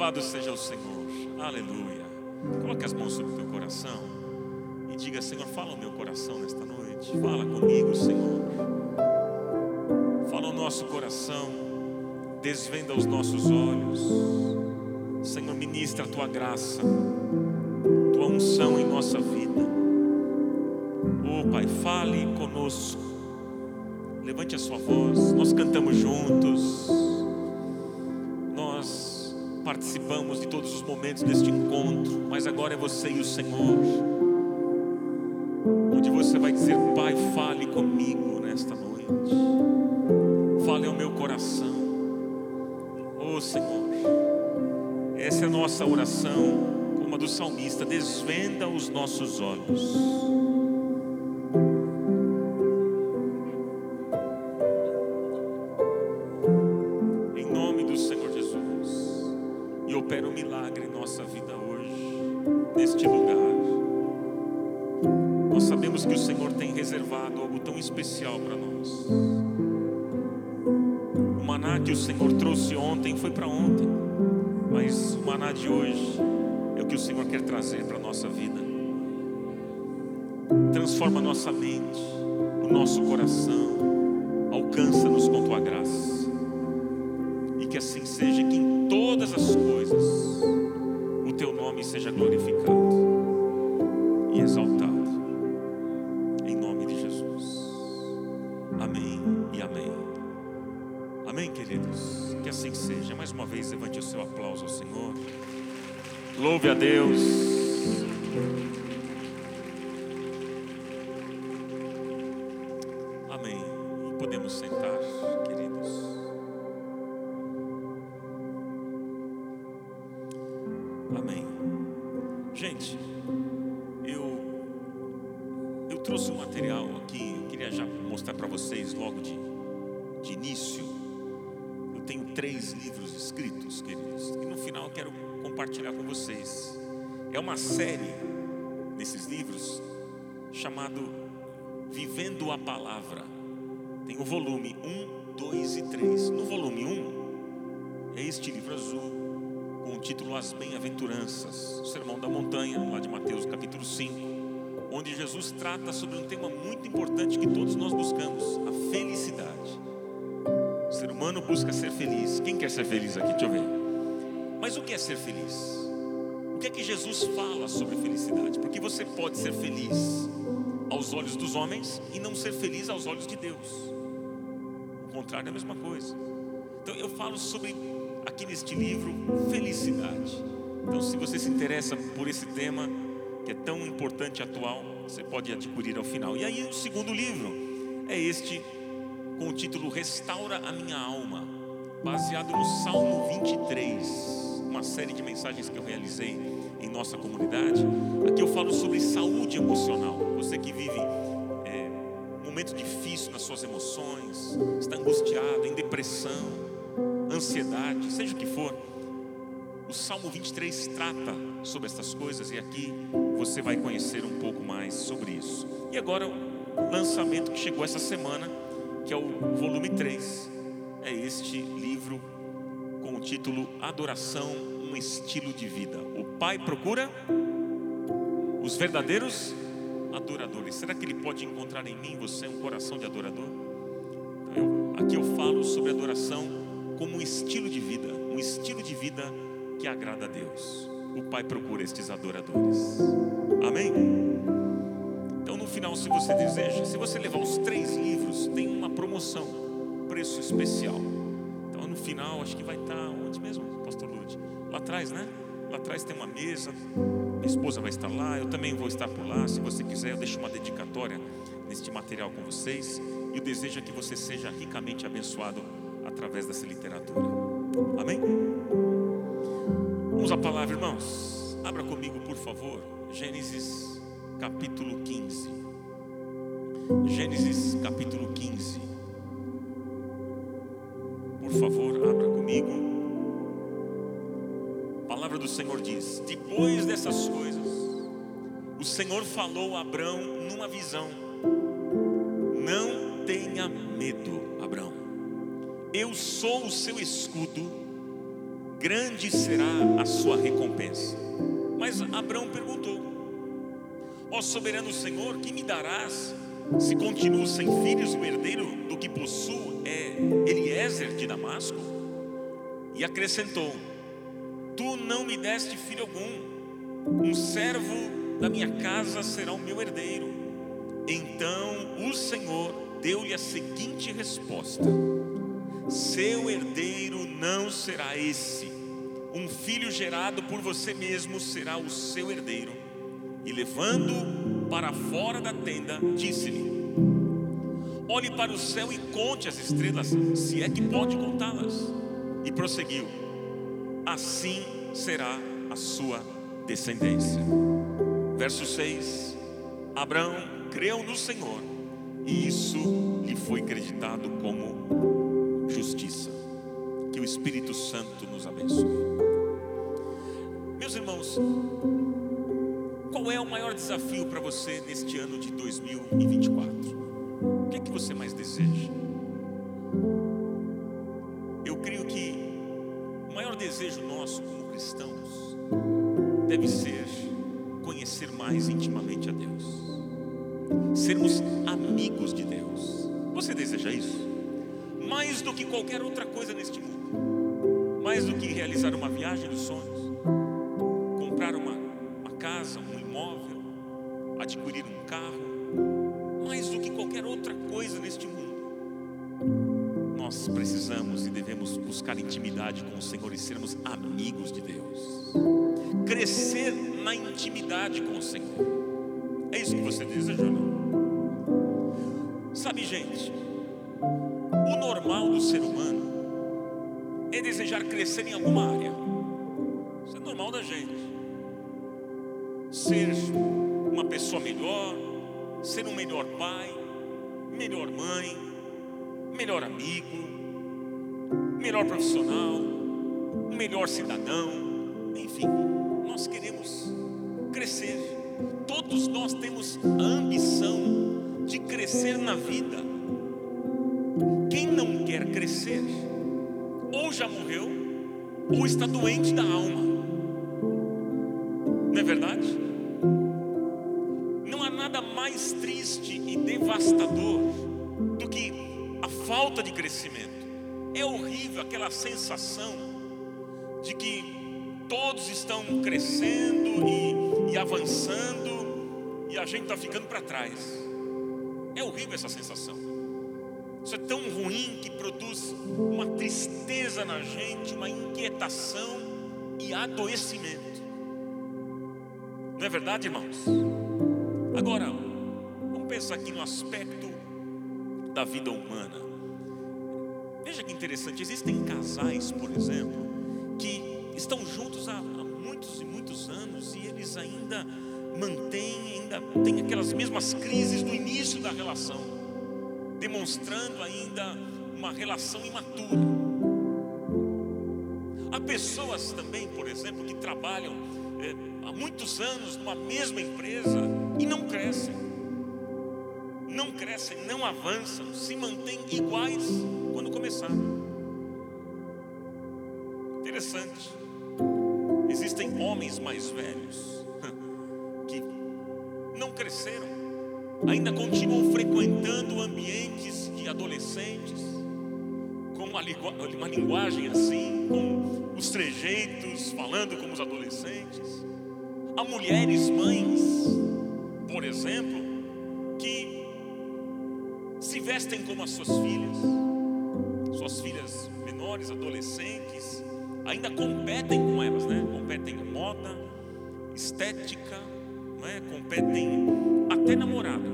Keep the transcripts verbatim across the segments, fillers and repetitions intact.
Louvado seja o Senhor, aleluia. Coloque as mãos sobre o teu coração e diga: Senhor, fala o meu coração nesta noite. Fala comigo, Senhor. Fala o nosso coração, desvenda os nossos olhos. Senhor, ministra a tua graça, tua unção em nossa vida. Oh Pai, fale conosco. Levante a sua voz. Nós cantamos juntos. Nós participamos de todos os momentos deste encontro, mas agora é você e o Senhor, onde você vai dizer: Pai, fale comigo nesta noite. Fale ao meu coração. Oh Senhor, essa é a nossa oração, como a do salmista: desvenda os nossos olhos. Em nome do Senhor Jesus, e opera um milagre em nossa vida hoje, neste lugar. Nós sabemos que o Senhor tem reservado algo tão especial para nós. O maná que o Senhor trouxe ontem foi para ontem, mas o maná de hoje é o que o Senhor quer trazer para a nossa vida. Transforma a nossa mente, o nosso coração, alcança-nos com tua graça. E que assim seja, que em todas as coisas o teu nome seja glorificado e exaltado. Em nome de Jesus. Amém e amém. Amém, queridos? Que assim seja. Mais uma vez, levante o seu aplauso ao Senhor. Louve a Deus. Amém. E podemos sentar, queridos. Amém. Gente, eu eu trouxe um material aqui. Eu queria já mostrar para vocês logo de, de início. Eu tenho três livros escritos, queridos, e no final eu quero compartilhar com vocês. É uma série nesses livros chamado Vivendo a Palavra. Tem o volume um, dois e três. No volume um é este livro azul com o título As Bem-aventuranças, o Sermão da Montanha, lá de Mateus capítulo cinco, onde Jesus trata sobre um tema muito importante que todos nós buscamos: a felicidade. O ser humano busca ser feliz. Quem quer ser feliz aqui? Deixa eu ver. Mas o que é ser feliz? O que é que Jesus fala sobre felicidade? Porque você pode ser feliz aos olhos dos homens e não ser feliz aos olhos de Deus. O contrário é a mesma coisa. Então eu falo sobre, aqui neste livro, felicidade. Então, se você se interessa por esse tema que é tão importante e atual, você pode adquirir ao final. E aí o segundo livro é este, com o título Restaura a Minha Alma, baseado no Salmo vinte e três, uma série de mensagens que eu realizei em nossa comunidade. Aqui eu falo sobre saúde emocional. Você que vive é, um momento difícil nas suas emoções, está angustiado, em depressão, ansiedade, seja o que for, o Salmo vinte e três trata sobre essas coisas, e aqui você vai conhecer um pouco mais sobre isso. E agora o lançamento que chegou essa semana, que é o volume três, é este livro com o título Adoração, um estilo de vida. O Pai procura os verdadeiros adoradores. Será que Ele pode encontrar em mim, você, um coração de adorador? Então, eu, aqui eu falo sobre adoração como um estilo de vida, um estilo de vida que agrada a Deus. O Pai procura estes adoradores. Amém? Então, no final, se você deseja, se você levar os três livros, tem uma promoção, preço especial. Então, no final, acho que vai estar onde mesmo, pastor Lud? Lá atrás, né? Lá atrás tem uma mesa, minha esposa vai estar lá, eu também vou estar por lá. Se você quiser, eu deixo uma dedicatória neste material com vocês. E o desejo é que você seja ricamente abençoado através dessa literatura. Amém? Vamos à palavra, irmãos. Abra comigo, por favor, Gênesis capítulo quinze. Gênesis capítulo quinze. Por favor, abra comigo. A palavra do Senhor diz: depois dessas coisas, o Senhor falou a Abrão numa visão: não tenha medo, Abrão. Eu sou o seu escudo, grande será a sua recompensa. Mas Abrão perguntou: ó soberano Senhor, que me darás se continuo sem filhos? O herdeiro do que possuo é Eliezer de Damasco. E acrescentou: tu não me deste filho algum, um servo da minha casa será o meu herdeiro. Então o Senhor deu-lhe a seguinte resposta: seu herdeiro não será esse, um filho gerado por você mesmo será o seu herdeiro. E levando-o para fora da tenda, disse-lhe: olhe para o céu e conte as estrelas, se é que pode contá-las. E prosseguiu: assim será a sua descendência. Verso seis: Abrão creu no Senhor, e isso lhe foi creditado como justiça. Que o Espírito Santo nos abençoe. Meus irmãos, qual é o maior desafio para você neste ano de dois mil e vinte e quatro? O que é que você mais deseja? Eu creio que o maior desejo nosso como cristãos deve ser conhecer mais intimamente a Deus, sermos amigos de Deus. Você deseja isso? Mais do que qualquer outra coisa neste mundo, mais do que realizar uma viagem dos sonhos, comprar uma, uma casa, um imóvel, adquirir um carro, mais do que qualquer outra coisa neste mundo, nós precisamos e devemos buscar intimidade com o Senhor e sermos amigos de Deus, crescer na intimidade com o Senhor. É isso que você deseja ou não? Sabe, gente, o normal do ser humano é desejar crescer em alguma área. Isso é normal da gente. Ser uma pessoa melhor, ser um melhor pai, melhor mãe, melhor amigo, melhor profissional, um melhor cidadão. Enfim, nós queremos crescer. Todos nós temos a ambição de crescer na vida. Quem não quer crescer, ou já morreu, ou está doente da alma. Não é verdade? Não há nada mais triste e devastador do que a falta de crescimento. É horrível aquela sensação de que todos estão crescendo e, e avançando e a gente está ficando para trás. É horrível essa sensação. Isso é tão ruim que produz uma tristeza na gente, uma inquietação e adoecimento. Não é verdade, irmãos? Agora, vamos pensar aqui no aspecto da vida humana. Veja que interessante, existem casais, por exemplo, que estão juntos há, há muitos e muitos anos e eles ainda mantêm, ainda têm aquelas mesmas crises do início da relação, demonstrando ainda uma relação imatura. Há pessoas também, por exemplo, que trabalham é, há muitos anos numa mesma empresa e não crescem, não crescem, não avançam, se mantêm iguais quando começaram. Interessante. Existem homens mais velhos que não cresceram, ainda continuam frequentando ambientes de adolescentes, com uma, uma linguagem assim, com os trejeitos, falando como os adolescentes. Há mulheres mães, por exemplo, que se vestem como as suas filhas, suas filhas menores, adolescentes, ainda competem com elas, né? Competem em moda, estética, não é? Competem até namorado.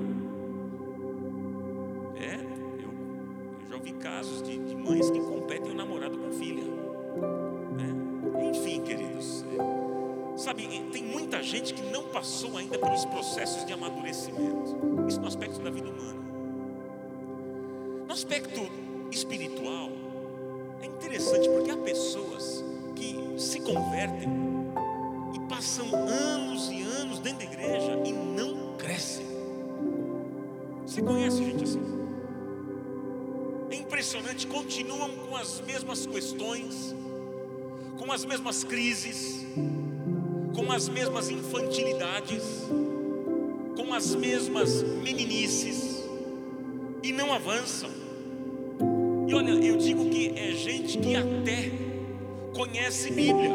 É, eu, eu já ouvi casos de, de mães que competem o namorado com a filha, né? Enfim, queridos, é, sabe, tem muita gente que não passou ainda pelos processos de amadurecimento. Isso no aspecto da vida humana. No aspecto espiritual, é interessante porque há pessoas que se convertem e passam anos e anos dentro da igreja e não crescem. Você conhece gente assim? É impressionante, continuam com as mesmas questões, com com as mesmas crises, com as mesmas infantilidades, com as mesmas meninices, e não avançam. E olha, eu digo que é gente que até conhece Bíblia,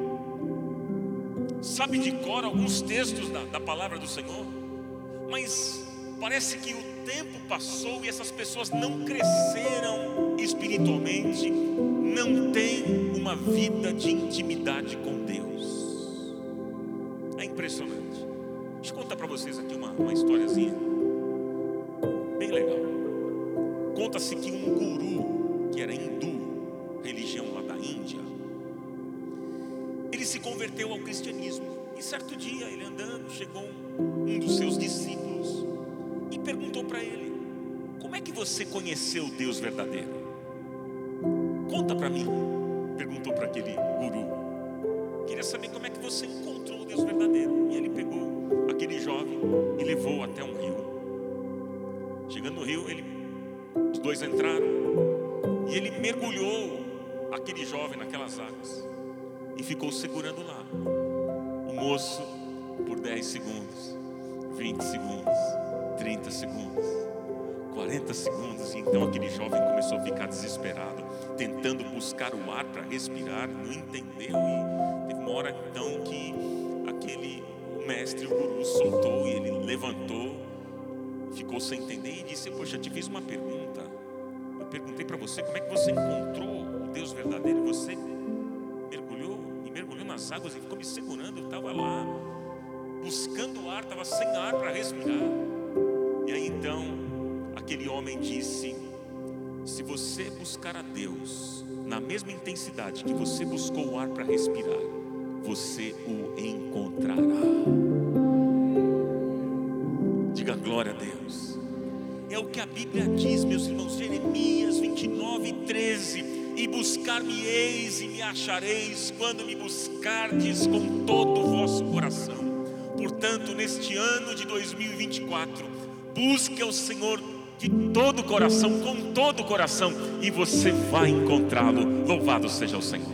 sabe de cor alguns textos da, da palavra do Senhor, mas parece que o tempo passou e essas pessoas não cresceram espiritualmente, não têm uma vida de intimidade com Deus. É impressionante. Deixa eu contar para vocês aqui uma, uma historiazinha bem legal. Conta-se que um guru, que era hindu, religião lá da Índia, ele se converteu ao cristianismo. E certo dia, ele andando, chegou um, um dos seus discípulos e perguntou para ele: como é que você conheceu o Deus verdadeiro? Conta para mim, perguntou para aquele guru. Queria saber como é que você encontrou o Deus verdadeiro. E ele pegou aquele jovem e levou até um rio. Chegando no rio, ele, os dois entraram e ele mergulhou aquele jovem naquelas águas e ficou segurando lá. O moço por dez segundos, vinte segundos, trinta segundos, quarenta segundos. E então aquele jovem começou a ficar desesperado, tentando buscar o ar para respirar, não entendeu. E teve uma hora então que aquele o mestre, o guru, soltou e ele levantou, ficou sem entender e disse: poxa, eu te fiz uma pergunta. Eu perguntei para você como é que você encontrou o Deus verdadeiro. Você mergulhou e mergulhou nas águas e ficou me segurando. Eu estava lá buscando ar, estava sem ar para respirar. E aí então aquele homem disse: se você buscar a Deus na mesma intensidade que você buscou o ar para respirar, você o encontrará. Diga glória a Deus. É o que a Bíblia diz, meus irmãos. Jeremias vinte e nove, treze: e buscar-me-eis e me achareis, quando me buscardes com todo o vosso coração. Portanto, neste ano de dois mil e vinte e quatro, busque ao Senhor de todo o coração, com todo o coração, e você vai encontrá-lo. Louvado seja o Senhor.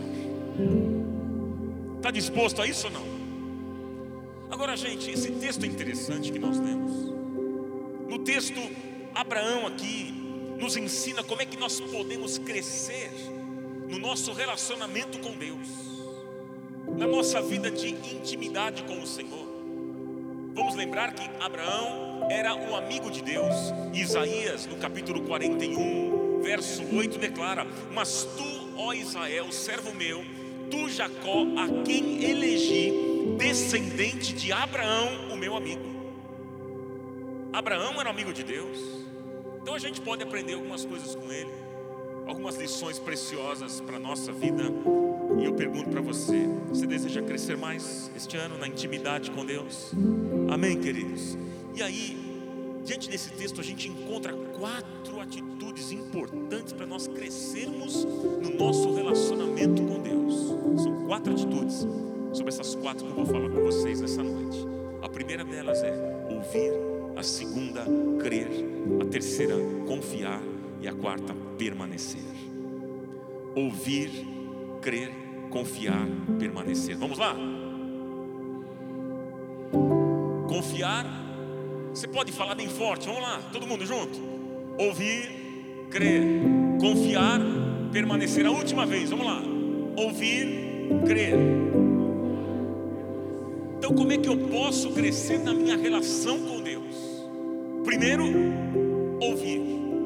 Está disposto a isso ou não? Agora, gente, esse texto é interessante que nós lemos. No texto, Abraão aqui nos ensina como é que nós podemos crescer no nosso relacionamento com Deus, na nossa vida de intimidade com o Senhor. Vamos lembrar que Abraão era um amigo de Deus. Isaías, no capítulo quarenta e um, verso oito, declara: mas tu, ó Israel, servo meu, tu, Jacó, a quem elegi, descendente de Abraão, o meu amigo. Abraão era amigo de Deus. Então a gente pode aprender algumas coisas com ele, algumas lições preciosas para a nossa vida. E eu pergunto para você: você deseja crescer mais este ano na intimidade com Deus? Amém, queridos? E aí, diante desse texto, a gente encontra quatro atitudes importantes para nós crescermos no nosso relacionamento com Deus. São quatro atitudes. Sobre essas quatro que eu vou falar com vocês nessa noite. A primeira delas é ouvir, a segunda, crer, a terceira, confiar, e a quarta, permanecer. Ouvir, crer, confiar, permanecer. Vamos lá? Confiar. Você pode falar bem forte. Vamos lá, todo mundo junto. Ouvir, crer, confiar, permanecer. A última vez, vamos lá. Ouvir, crer. Então, como é que eu posso crescer na minha relação com Deus? Primeiro, ouvir.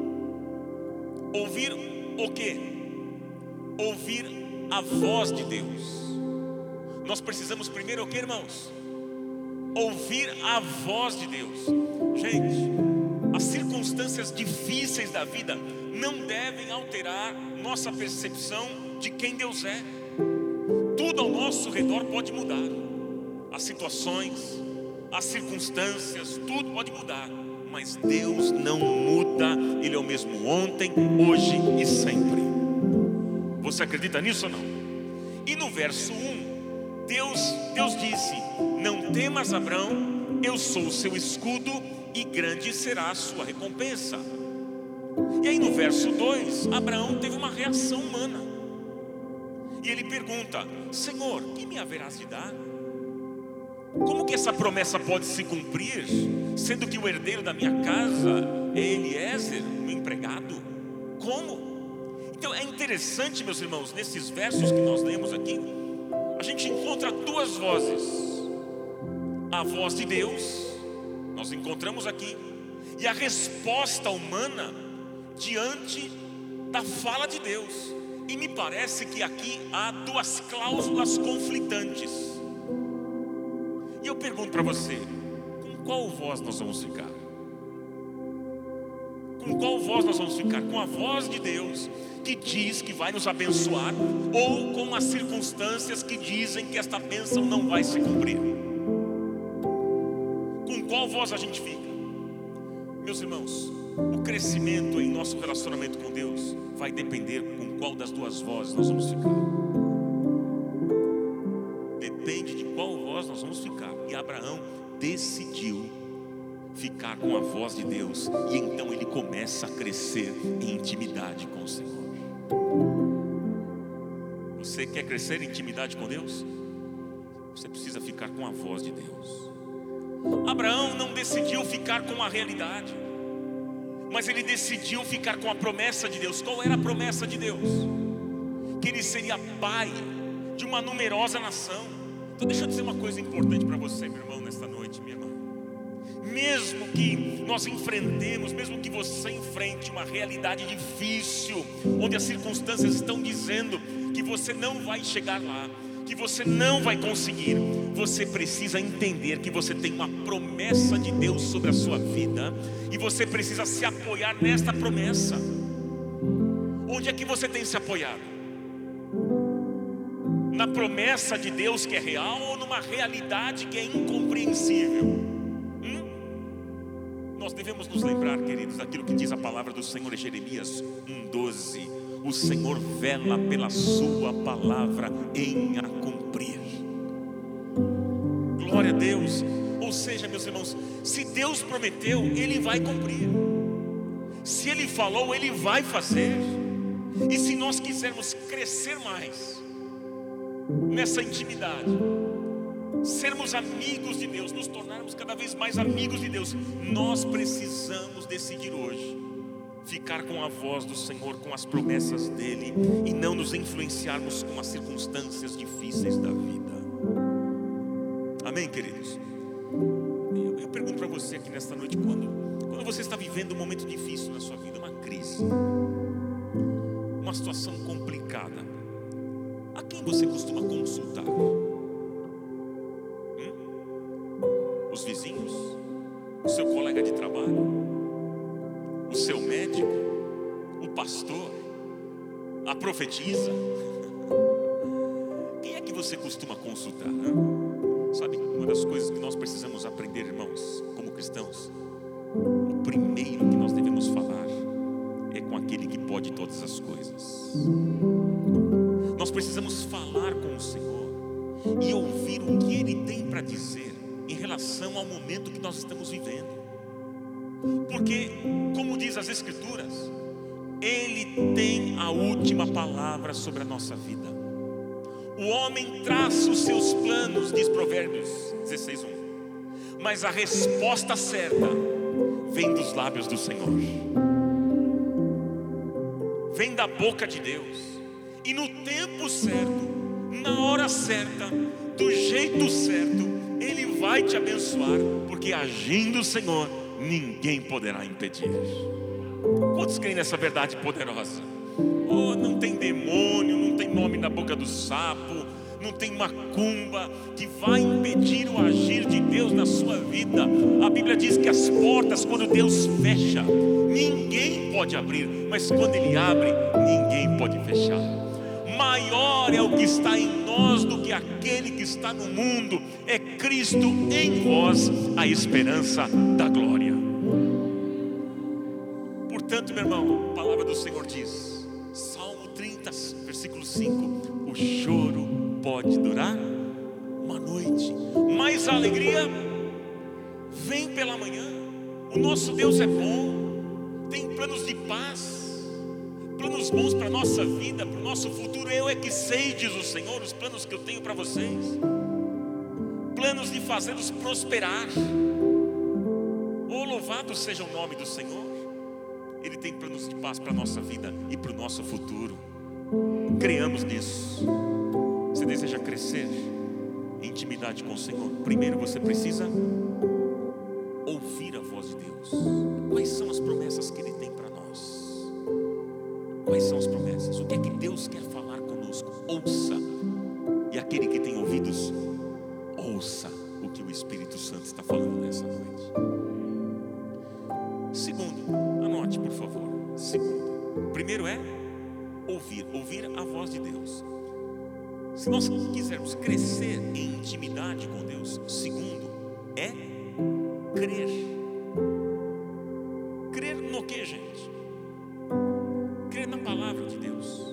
Ouvir o quê? Ouvir a voz de Deus. Nós precisamos primeiro o quê, irmãos? Ouvir a voz de Deus. Gente, as circunstâncias difíceis da vida não devem alterar nossa percepção de quem Deus é. Tudo ao nosso redor pode mudar. As situações, as circunstâncias, tudo pode mudar, mas Deus não muda. Ele é o mesmo ontem, hoje e sempre. Você acredita nisso ou não? E no verso um, Deus, Deus disse: não temas, Abrão, eu sou o seu escudo e grande será a sua recompensa. E aí no verso dois, Abraão teve uma reação humana. E ele pergunta: Senhor, que me haverás de dar? Como que essa promessa pode se cumprir, sendo que o herdeiro da minha casa é Eliezer, meu empregado? Como? Então é interessante, meus irmãos, nesses versos que nós lemos aqui, a gente encontra duas vozes: a voz de Deus, nós encontramos aqui, e a resposta humana diante da fala de Deus. E me parece que aqui há duas cláusulas conflitantes. E eu pergunto para você, com qual voz nós vamos ficar? Com qual voz nós vamos ficar? Com a voz de Deus, que diz que vai nos abençoar, ou com as circunstâncias que dizem que esta bênção não vai se cumprir? Com qual voz a gente fica? Meus irmãos, o crescimento em nosso relacionamento com Deus vai depender com qual das duas vozes nós vamos ficar. Depende de qual voz nós vamos ficar. E Abraão decidiu ficar com a voz de Deus, e então ele começa a crescer em intimidade com o Senhor. Você quer crescer em intimidade com Deus? Você precisa ficar com a voz de Deus. Abraão não decidiu ficar com a realidade, mas ele decidiu ficar com a promessa de Deus. Qual era a promessa de Deus? Que ele seria pai de uma numerosa nação. Então deixa eu dizer uma coisa importante para você, meu irmão, nesta noite, minha irmã. Mesmo que nós enfrentemos, mesmo que você enfrente uma realidade difícil, onde as circunstâncias estão dizendo que você não vai chegar lá, que você não vai conseguir, você precisa entender que você tem uma promessa de Deus sobre a sua vida, e você precisa se apoiar nesta promessa. Onde é que você tem se apoiado? Na promessa de Deus que é real, ou numa realidade que é incompreensível? Hum? Nós devemos nos lembrar, queridos, daquilo que diz a palavra do Senhor em Jeremias um, doze. O Senhor vela pela sua palavra em a cumprir. Glória a Deus. Ou seja, meus irmãos, se Deus prometeu, Ele vai cumprir. Se Ele falou, Ele vai fazer. E se nós quisermos crescer mais nessa intimidade, sermos amigos de Deus, nos tornarmos cada vez mais amigos de Deus, nós precisamos decidir hoje ficar com a voz do Senhor, com as promessas dEle, e não nos influenciarmos com as circunstâncias difíceis da vida. Amém, queridos? Eu, eu pergunto para você aqui nesta noite, quando, quando você está vivendo um momento difícil na sua vida, uma crise, uma situação complicada, a quem você costuma consultar? Hum? Os vizinhos? O seu colega de trabalho? O seu médico? O pastor? A profetisa? Quem é que você costuma consultar? Né? Sabe, uma das coisas que nós precisamos aprender, irmãos, como cristãos, o primeiro que nós devemos falar é com aquele que pode todas as coisas. Nós precisamos falar com o Senhor e ouvir o que Ele tem para dizer em relação ao momento que nós estamos vivendo. Porque, como diz as Escrituras, Ele tem a última palavra sobre a nossa vida. O homem traça os seus planos, diz Provérbios dezesseis, um, mas a resposta certa vem dos lábios do Senhor, vem da boca de Deus. E no tempo certo, na hora certa, do jeito certo, Ele vai te abençoar, porque agindo o Senhor, ninguém poderá impedir. Quantos creem nessa verdade poderosa? Oh, não tem demônio, não tem nome na boca do sapo, não tem macumba que vai impedir o agir de Deus na sua vida. A Bíblia diz que as portas, quando Deus fecha, ninguém pode abrir, mas quando Ele abre, ninguém pode fechar. Maior é o que está em nós do que aquele que está no mundo. É Cristo em vós, a esperança da glória. Portanto, meu irmão, a palavra do Senhor diz, Salmo trinta, versículo cinco: o choro pode durar uma noite, mas a alegria vem pela manhã. O nosso Deus é bom, tem planos de paz, planos planos bons para a nossa vida, para o nosso futuro. Eu é que sei, diz o Senhor, os planos que eu tenho para vocês. Planos de fazê-los prosperar. Oh, louvado seja o nome do Senhor. Ele tem planos de paz para a nossa vida e para o nosso futuro. Creamos nisso. Você deseja crescer em intimidade com o Senhor? Primeiro você precisa ouvir a voz de Deus. Quais são as promessas que Ele tem para nós? Quais são as promessas? O que é que Deus quer falar conosco? Ouça. E aquele que tem ouvidos, ouça o que o Espírito Santo está falando nessa noite. Segundo, anote por favor. Segundo, primeiro é ouvir, ouvir a voz de Deus. Se nós quisermos crescer em intimidade com Deus, segundo é crer. Crer no que, gente? Crer na palavra de Deus.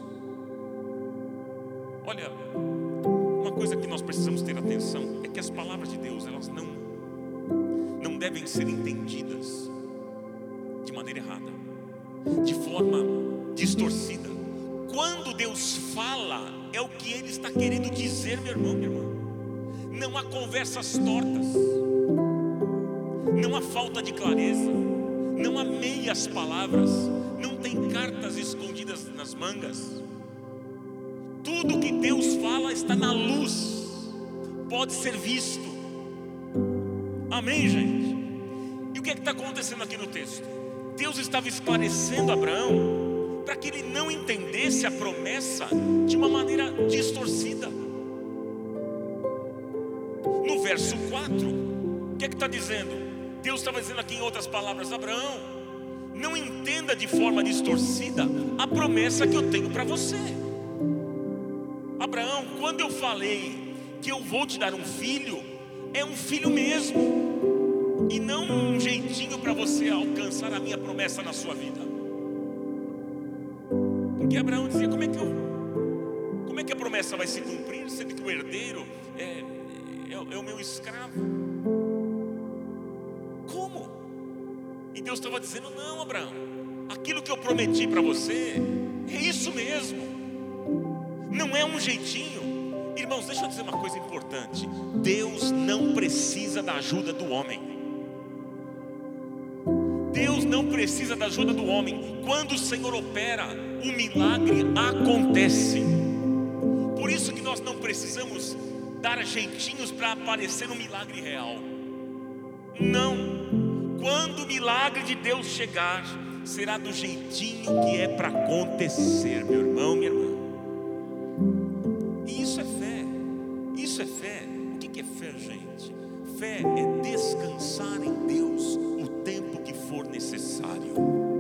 Olha, uma coisa que nós precisamos ter atenção é que as palavras de Deus, elas não, não devem ser entendidas de maneira errada, de forma distorcida. Quando Deus fala, é o que Ele está querendo dizer, meu irmão, minha irmã. Não há conversas tortas, não há falta de clareza, não há meias palavras, não tem cartas escondidas nas mangas. Tudo que Deus fala está na luz, pode ser visto. Amém, gente? E o que é que está acontecendo aqui no texto? Deus estava esclarecendo a Abraão para que ele não entendesse a promessa de uma maneira distorcida. No verso quatro, o que é que está dizendo? Deus estava dizendo aqui em outras palavras: Abraão, não entenda de forma distorcida a promessa que eu tenho para você. Abraão, quando eu falei que eu vou te dar um filho, é um filho mesmo, e não um jeitinho para você alcançar a minha promessa na sua vida. Porque Abraão dizia: como é que eu, como é que a promessa vai se cumprir, sendo que o herdeiro é, é, é o meu escravo? Como? E Deus estava dizendo: não, Abraão, aquilo que eu prometi para você é isso mesmo, não é um jeitinho. Irmãos, deixa eu dizer uma coisa importante: Deus não precisa da ajuda do homem. Deus não precisa da ajuda do homem. Quando o Senhor opera, o milagre acontece. Por isso que nós não precisamos dar jeitinhos para aparecer um milagre real. Não. Quando o milagre de Deus chegar, será do jeitinho que é para acontecer, meu irmão, minha irmã. E isso é fé. Isso é fé. O que é fé, gente? Fé é descansar em Deus o tempo que for necessário.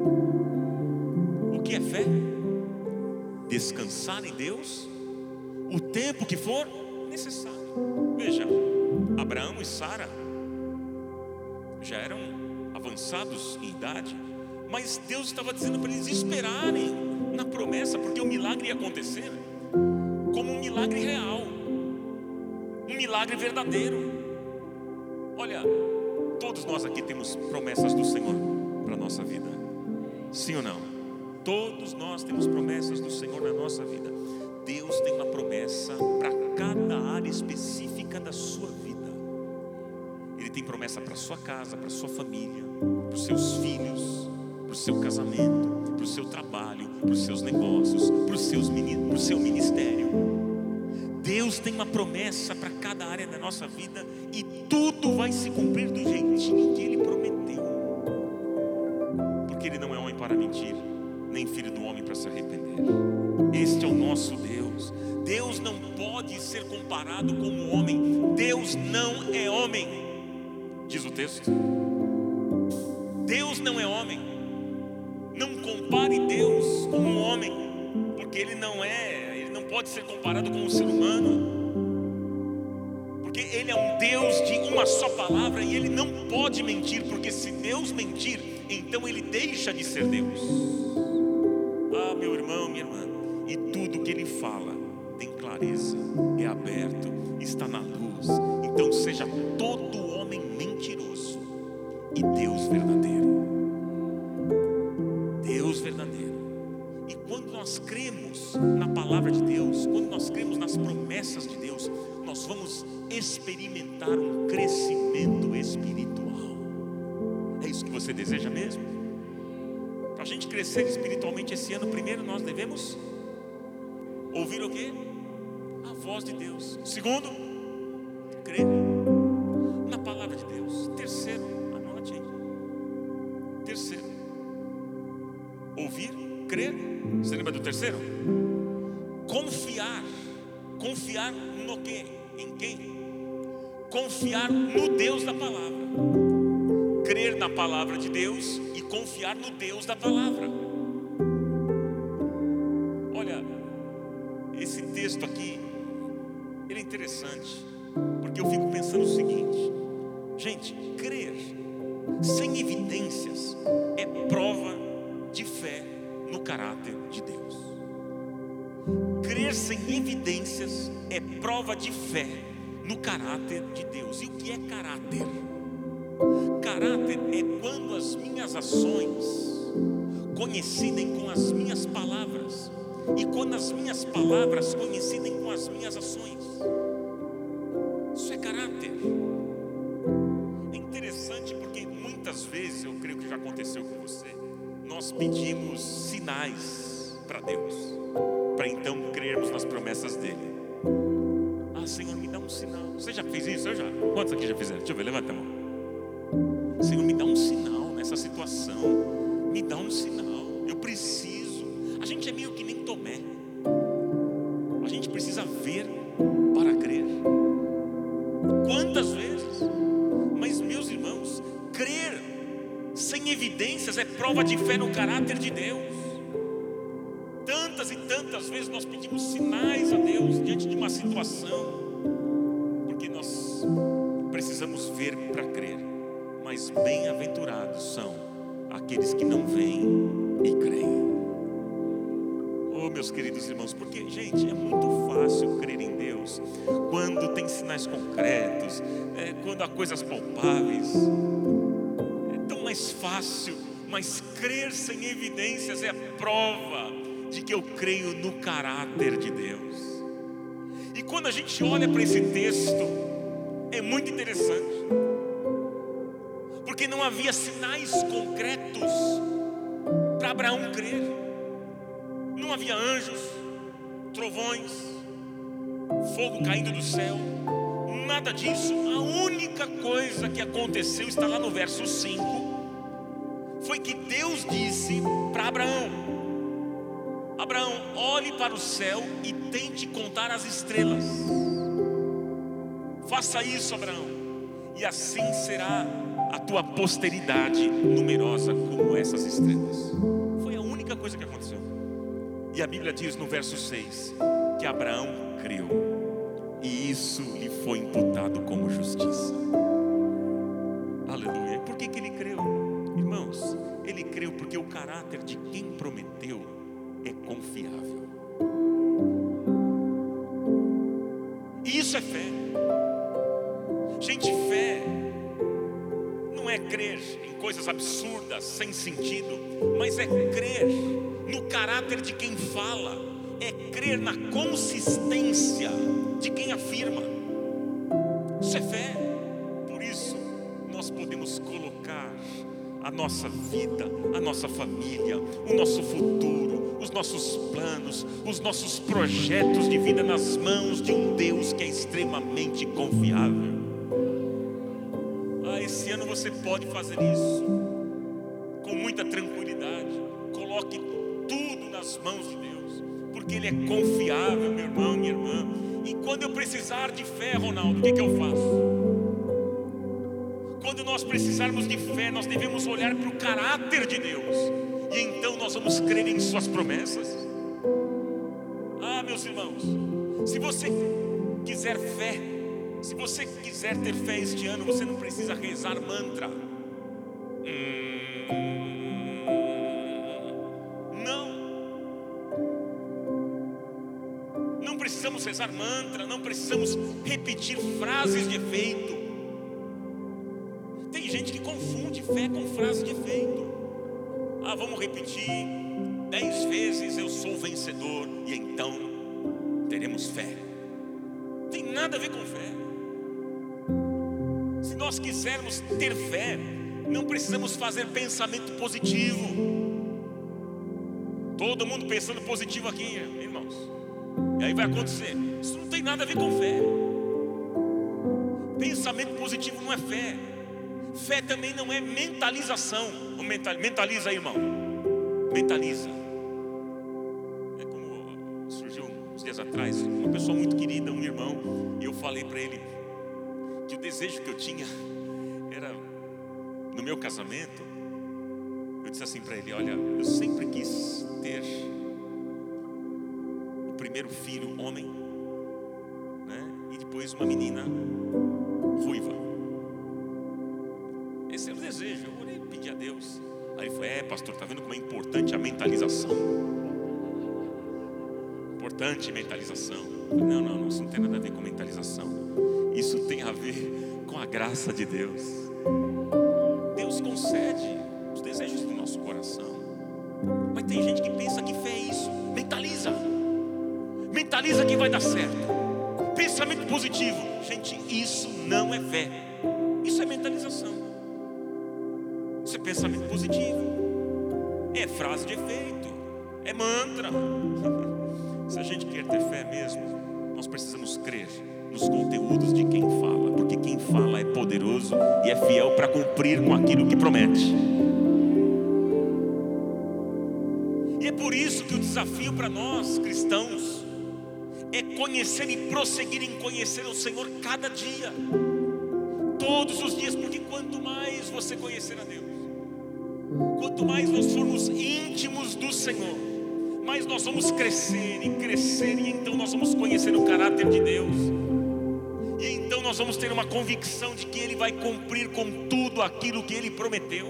O que é fé? Descansar em Deus o tempo que for necessário. Veja, Abraão e Sara já eram avançados em idade, mas Deus estava dizendo para eles esperarem na promessa, porque o milagre ia acontecer como um milagre real, um milagre verdadeiro. Olha, todos nós aqui temos promessas do Senhor para a nossa vida, sim ou não? Todos nós temos promessas do Senhor na nossa vida. Deus tem uma promessa para cada área específica da sua vida. Ele tem promessa para a sua casa, para a sua família, para os seus filhos, para o seu casamento, para o seu trabalho, para os seus negócios, para, os seus, para o seu ministério. Deus tem uma promessa para cada área da nossa vida, e tudo vai se cumprir do jeitinho que Ele prometeu. Porque Ele não é homem para mentir, nem filho do homem para se arrepender. Este é o nosso Deus. Deus não pode ser comparado com um homem. Deus não é homem, diz o texto. Deus não é homem. Não compare Deus com um homem, porque Ele não é, Ele não pode ser comparado com um ser humano, porque Ele é um Deus de uma só palavra, e Ele não pode mentir, porque se Deus mentir, então Ele deixa de ser Deus. Ah, meu irmão, minha irmã, e tudo que Ele fala tem clareza, é aberto, está na luz. Então seja todo homem mentiroso e Deus verdadeiro. Deus verdadeiro. E quando nós experimentar um crescimento espiritual. É isso que você deseja mesmo? Para a gente crescer espiritualmente esse ano, primeiro nós devemos ouvir o quê? A voz de Deus. Segundo, crer na palavra de Deus. Terceiro, anote aí. Terceiro, ouvir, crer. Você lembra do terceiro? Confiar. Confiar no quê? Em quem? Confiar no Deus da palavra. Crer na palavra de Deus e confiar no Deus da palavra. Olha, esse texto aqui, ele é interessante, porque eu fico pensando o seguinte: gente, crer sem evidências é prova de fé no caráter de Deus. Crer sem evidências é prova de fé no caráter de Deus. E o que é caráter? Caráter é quando as minhas ações coincidem com as minhas palavras, e quando as minhas palavras coincidem com as minhas ações. Isso é caráter. É interessante porque muitas vezes, eu creio que já aconteceu com você, nós pedimos sinais para Deus, para então crermos nas promessas dele. Ah, Senhor, me dá um sinal. Você já fez isso? Eu já. Quantos aqui já fizeram? Deixa eu ver, levanta a mão. Senhor, me dá um sinal nessa situação. Me dá um sinal. Eu preciso. A gente é meio que nem Tomé. A gente precisa ver para crer. Quantas vezes? Mas, meus irmãos, crer sem evidências é prova de fé no caráter de Deus. Tantas e tantas vezes nós pedimos sinais a Deus diante de uma situação, porque nós precisamos ver para crer. Mas bem-aventurados são aqueles que não veem e creem. Oh, meus queridos irmãos, porque, gente, é muito fácil crer em Deus quando tem sinais concretos, é, quando há coisas palpáveis. É tão mais fácil, mas crer sem evidências é a prova de que eu creio no caráter de Deus. E quando a gente olha para esse texto, é muito interessante, porque não havia sinais concretos para Abraão crer. Não havia anjos, trovões, fogo caindo do céu, nada disso. A única coisa que aconteceu, está lá no verso cinco, foi que Deus disse para Abraão: Abraão, olhe para o céu e tente contar as estrelas. Faça isso, Abraão, e assim será a tua posteridade numerosa como essas estrelas. Foi a única coisa que aconteceu. E a Bíblia diz no verso seis que Abraão creu, e isso lhe foi imputado como justiça. Aleluia. Por que que ele creu? Irmãos, ele creu porque o caráter de quem prometeu é confiável. E isso é fé. Gente, fé não é crer em coisas absurdas, sem sentido, mas é crer no caráter de quem fala, é crer na consistência de quem afirma. Isso é fé. Por isso nós podemos colocar a nossa vida, a nossa família, o nosso futuro, os nossos planos, os nossos projetos de vida nas mãos de um Deus que é extremamente confiável. Ah, esse ano você pode fazer isso com muita tranquilidade. Coloque tudo nas mãos de Deus, porque Ele é confiável, meu irmão, minha irmã. E quando eu precisar de fé, Ronaldo, o que que eu faço? Quando nós precisarmos de fé, nós devemos olhar para o caráter de Deus, e então nós vamos crer em suas promessas. Ah, meus irmãos, se você quiser fé, se você quiser ter fé este ano, você não precisa rezar mantra. Hum, não. Não precisamos rezar mantra, não precisamos repetir frases de efeito. Tem gente que confunde fé com frase de efeito. Ah, vamos repetir dez vezes eu sou vencedor e então teremos fé. Não tem nada a ver com fé. Se nós quisermos ter fé, não precisamos fazer pensamento positivo. Todo mundo pensando positivo aqui, irmãos. E aí vai acontecer. Isso não tem nada a ver com fé. Pensamento positivo não é fé. Fé também não é mentalização. Mentaliza aí, irmão. Mentaliza. É como surgiu uns dias atrás, uma pessoa muito querida, um irmão, e eu falei para ele que o desejo que eu tinha era, no meu casamento, eu disse assim para ele: olha, eu sempre quis ter o primeiro filho homem, né? E depois uma menina ruiva. Esse era o desejo. Eu orei, pedi a Deus. Aí ele falou: é, pastor, tá vendo como é importante a mentalização? Importante mentalização. Eu falei, não, não, não, isso não tem nada a ver com mentalização. Isso tem a ver com a graça de Deus. Deus concede os desejos do nosso coração. Mas tem gente que pensa que fé é isso. Mentaliza. Mentaliza que vai dar certo. Pensamento positivo. Gente, isso não é fé. Isso é mentalização. Isso é pensamento positivo. É frase de efeito. É mantra. Se a gente quer ter fé mesmo, nós precisamos crer nos conteúdos de quem fala, porque quem fala é poderoso e é fiel para cumprir com aquilo que promete. E é por isso que o desafio para nós cristãos é conhecer e prosseguir em conhecer o Senhor cada dia, todos os dias, porque quanto mais você conhecer a Deus, quanto mais nós formos íntimos do Senhor, mais nós vamos crescer e crescer, e então nós vamos conhecer o caráter de Deus. E então nós vamos ter uma convicção de que Ele vai cumprir com tudo aquilo que Ele prometeu.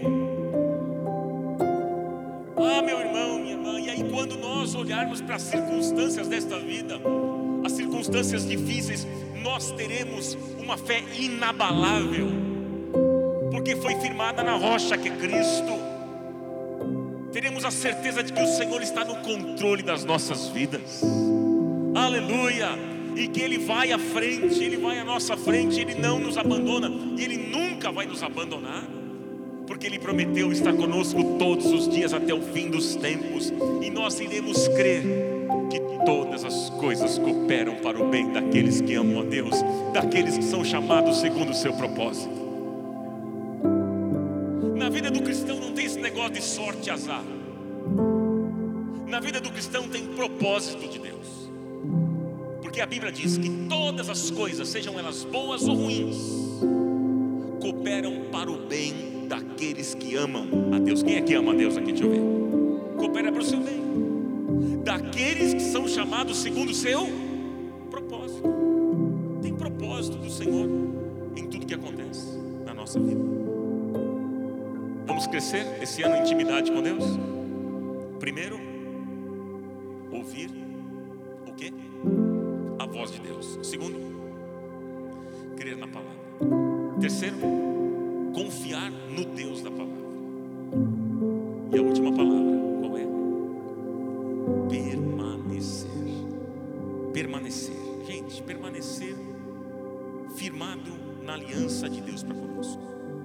Ah, meu irmão, minha irmã, e aí quando nós olharmos para as circunstâncias desta vida, as circunstâncias difíceis, nós teremos uma fé inabalável, porque foi firmada na rocha que é Cristo. Teremos a certeza de que o Senhor está no controle das nossas vidas. Aleluia! E que Ele vai à frente, Ele vai à nossa frente, Ele não nos abandona, e Ele nunca vai nos abandonar, porque Ele prometeu estar conosco todos os dias até o fim dos tempos. E nós iremos crer que todas as coisas cooperam para o bem daqueles que amam a Deus, daqueles que são chamados segundo o seu propósito. Na vida do cristão não tem esse negócio de sorte e azar. Na vida do cristão tem propósito de Deus. Porque a Bíblia diz que todas as coisas, sejam elas boas ou ruins, cooperam para o bem daqueles que amam a Deus. Quem é que ama a Deus aqui? Deixa eu ver. Coopera para o seu bem. Daqueles que são chamados segundo o seu propósito. Tem propósito do Senhor em tudo que acontece na nossa vida. Vamos crescer esse ano em intimidade com Deus? Primeiro, ouvir o quê? A voz de Deus. Segundo, crer na palavra. Terceiro, confiar no Deus da palavra. E a última palavra, qual é? Permanecer. Permanecer. Gente, permanecer firmado na aliança de Deus para conosco.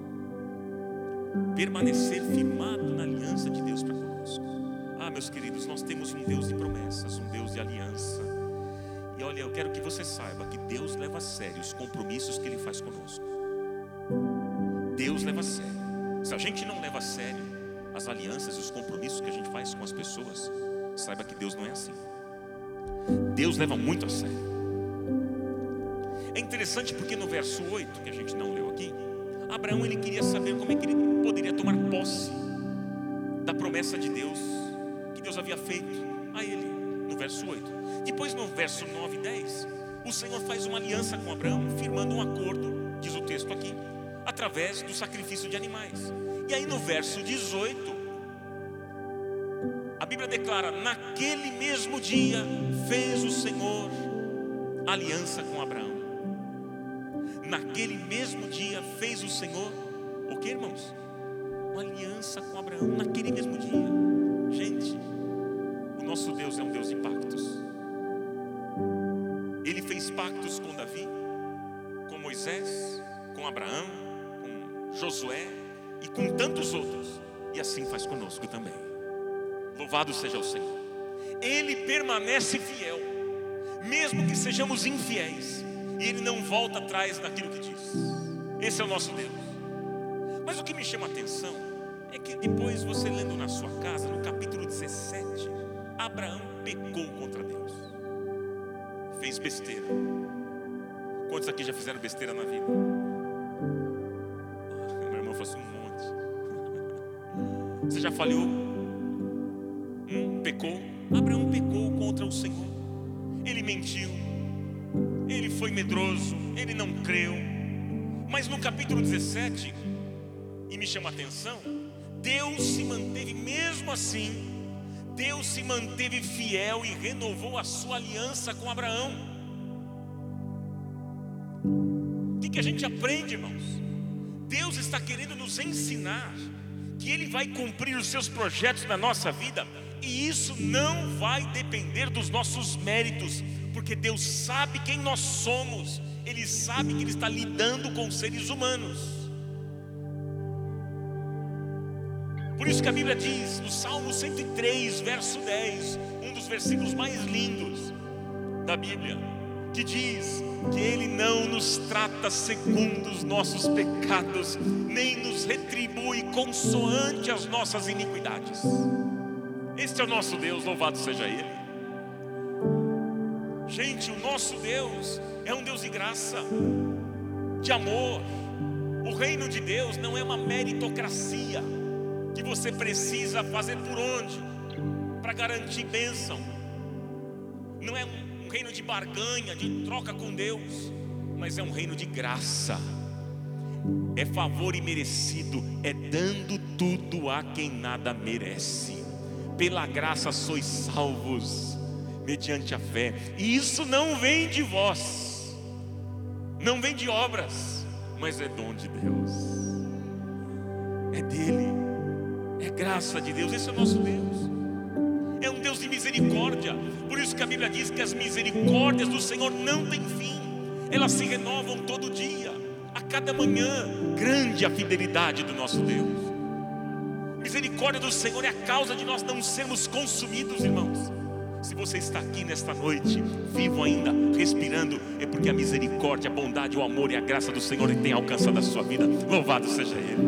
Permanecer firmado na aliança de Deus para conosco. Ah, meus queridos, nós temos um Deus de promessas, um Deus de aliança. E olha, eu quero que você saiba que Deus leva a sério os compromissos que Ele faz conosco. Deus leva a sério. Se a gente não leva a sério as alianças e os compromissos que a gente faz com as pessoas, saiba que Deus não é assim. Deus leva muito a sério. É interessante porque no verso oito, que a gente não leu aqui, Abraão ele queria saber como é que ele poderia tomar posse da promessa de Deus, que Deus havia feito a ele, no verso oito. Depois no verso nove e dez, o Senhor faz uma aliança com Abraão, firmando um acordo, diz o texto aqui, através do sacrifício de animais. E aí no verso dezoito, a Bíblia declara: naquele mesmo dia fez o Senhor aliança com Abraão. Naquele mesmo dia fez o Senhor o que, irmãos? Uma aliança com Abraão, naquele mesmo dia. Gente, o nosso Deus é um Deus de pactos. Ele fez pactos com Davi, com Moisés, com Abraão, Josué e com tantos outros, e assim faz conosco também. Louvado seja o Senhor. Ele permanece fiel, mesmo que sejamos infiéis, e Ele não volta atrás daquilo que diz. Esse é o nosso Deus. Mas o que me chama a atenção é que depois, você lendo na sua casa, no capítulo dezessete, Abraão pecou contra Deus, fez besteira. Quantos aqui já fizeram besteira na vida? Meu irmão falou assim, um monte. Você já falhou? Hum, pecou? Abraão pecou contra o Senhor. Ele mentiu, ele foi medroso, ele não creu. Mas no capítulo dezessete, e me chama a atenção, Deus se manteve mesmo assim. Deus se manteve fiel e renovou a sua aliança com Abraão. O que, que a gente aprende, irmãos? Deus está querendo nos ensinar que Ele vai cumprir os seus projetos na nossa vida, e isso não vai depender dos nossos méritos, porque Deus sabe quem nós somos. Ele sabe que Ele está lidando com seres humanos. Por isso que a Bíblia diz, no Salmo cento e três, verso dez, um dos versículos mais lindos da Bíblia, que diz que Ele não nos trata segundo os nossos pecados, nem nos retribui consoante as nossas iniquidades. Este é o nosso Deus, louvado seja Ele. Gente, o nosso Deus é um Deus de graça, de amor. O reino de Deus não é uma meritocracia que você precisa fazer por onde para garantir bênção. Não é um reino de barganha, de troca com Deus, mas é um reino de graça. É favor imerecido, é dando tudo a quem nada merece. Pela graça sois salvos, mediante a fé. E isso não vem de vós, não vem de obras, mas é dom de Deus. É dele, é graça de Deus. Esse é o nosso Deus. É um Deus de misericórdia. Por isso que a Bíblia diz que as misericórdias do Senhor não têm fim. Elas se renovam todo dia, a cada manhã. Grande a fidelidade do nosso Deus. Misericórdia do Senhor é a causa de nós não sermos consumidos, irmãos. Se você está aqui nesta noite, vivo ainda, respirando, é porque a misericórdia, a bondade, o amor e a graça do Senhor tem alcançado a sua vida. Louvado seja Ele.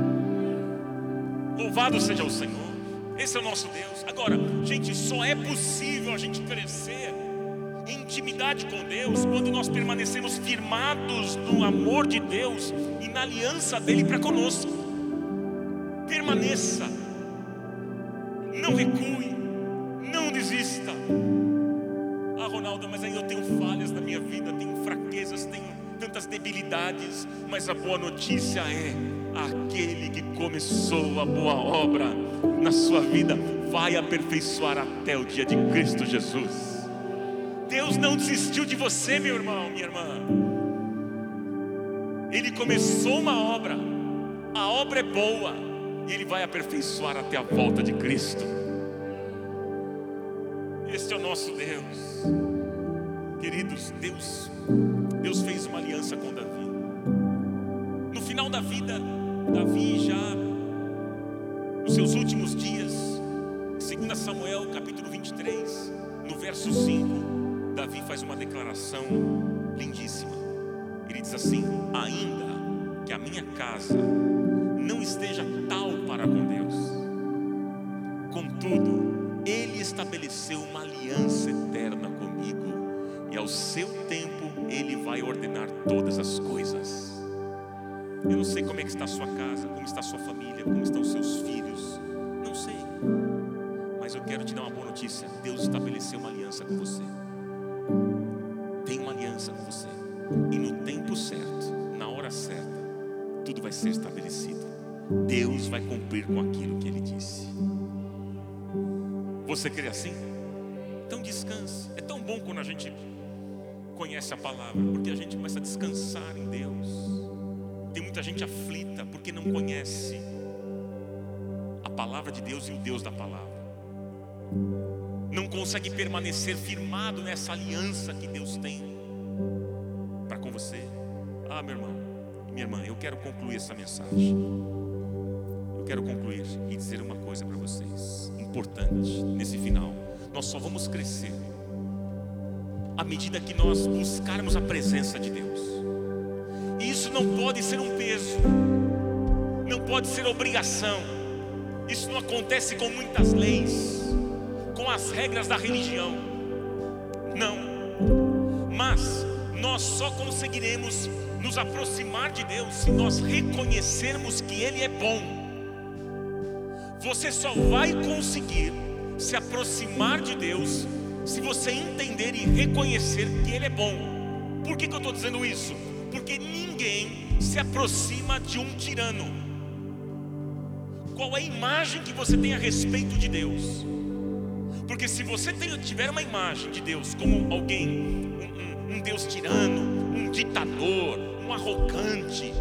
Louvado seja o Senhor. Esse é o nosso Deus. Agora, gente, só é possível a gente crescer em intimidade com Deus quando nós permanecemos firmados no amor de Deus e na aliança dele para conosco. Permaneça, não recue, não desista. Ah, Ronaldo, mas ainda eu tenho falhas na minha vida, tenho fraquezas, tenho tantas debilidades. Mas a boa notícia é: aquele que começou a boa obra na sua vida vai aperfeiçoar até o dia de Cristo Jesus. Deus não desistiu de você, meu irmão, minha irmã. Ele começou uma obra, a obra é boa, e Ele vai aperfeiçoar até a volta de Cristo. Este é o nosso Deus. Queridos, Deus, Deus fez uma aliança com Davi. No final da vida, Davi já, nos seus últimos dias, segundo Samuel capítulo vinte e três, no verso cinco, Davi faz uma declaração lindíssima. Ele diz assim: ainda que a minha casa não esteja tal para com Deus, contudo, Ele estabeleceu uma aliança eterna comigo, e ao seu tempo Ele vai ordenar todas as coisas. Eu não sei como é que está a sua casa, como está a sua família, como estão os seus filhos, não sei, mas eu quero te dar uma boa notícia. Deus estabeleceu uma aliança com você. Tem uma aliança com você, e no tempo certo, na hora certa, tudo vai ser estabelecido. Deus vai cumprir com aquilo que Ele disse. Você crê assim? Então descanse. É tão bom quando a gente conhece a palavra, porque a gente começa a descansar em Deus. Tem muita gente aflita porque não conhece a palavra de Deus e o Deus da palavra. Não consegue permanecer firmado nessa aliança que Deus tem para com você. Ah, meu irmão, Minha irmã, eu quero concluir essa mensagem. Eu quero concluir e dizer uma coisa para vocês, importante, nesse final. Nós só vamos crescer à medida que nós buscarmos a presença de Deus. E isso não pode ser um peso, não pode ser obrigação. Isso não acontece com muitas leis, com as regras da religião. Não. Mas nós só conseguiremos nos aproximar de Deus se nós reconhecermos que Ele é bom. Você só vai conseguir se aproximar de Deus se você entender e reconhecer que Ele é bom. Por que que eu estou dizendo isso? Porque ninguém se aproxima de um tirano. Qual é a imagem que você tem a respeito de Deus? Porque se você tem, tiver uma imagem de Deus como alguém, um, um, um Deus tirano, um ditador, um arrogante,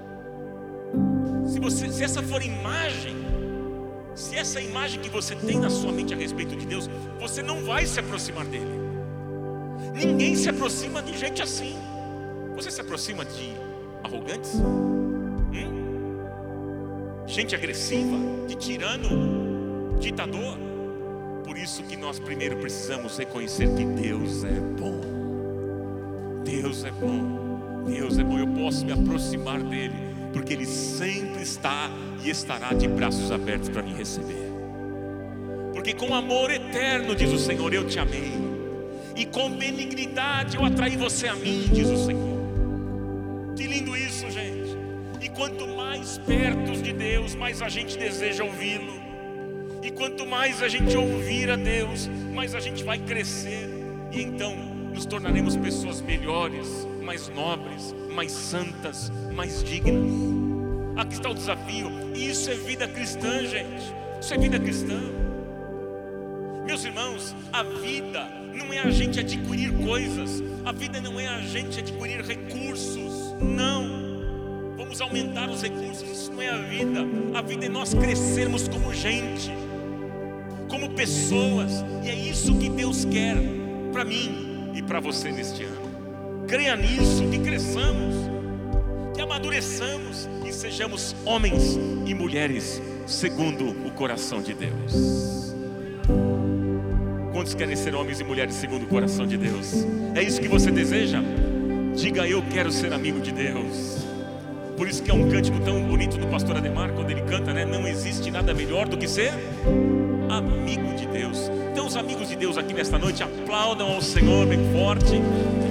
se, você, se essa for imagem, se essa imagem que você tem na sua mente a respeito de Deus, você não vai se aproximar dele. Ninguém se aproxima de gente assim. Você se aproxima de arrogantes? Hum? Gente agressiva, de tirano, ditador? Por isso que nós primeiro precisamos reconhecer que Deus é bom. Deus é bom. Deus é bom. Eu posso me aproximar dele, porque Ele sempre está e estará de braços abertos para me receber. Porque com amor eterno, diz o Senhor, eu te amei, e com benignidade eu atraí você a mim, diz o Senhor. Que lindo isso, gente. E quanto mais perto de Deus, mais a gente deseja ouvi-lo. E quanto mais a gente ouvir a Deus, mais a gente vai crescer. E então nos tornaremos pessoas melhores, mais nobres, mais santas, mais dignas. Aqui está o desafio. E isso é vida cristã, gente. Isso é vida cristã. Meus irmãos, a vida não é a gente adquirir coisas. A vida não é a gente adquirir recursos. Não. Vamos aumentar os recursos. Isso não é a vida. A vida é nós crescermos como gente, como pessoas. E é isso que Deus quer para mim e para você neste ano. Creia nisso, que cresçamos, que amadureçamos e sejamos homens e mulheres segundo o coração de Deus. Quantos querem ser homens e mulheres segundo o coração de Deus? É isso que você deseja? Diga: eu quero ser amigo de Deus. Por isso que é um cântico tão bonito do pastor Ademar, quando ele canta, né? Não existe nada melhor do que ser amigo de Deus. Então os amigos de Deus aqui nesta noite aplaudam ao Senhor bem forte.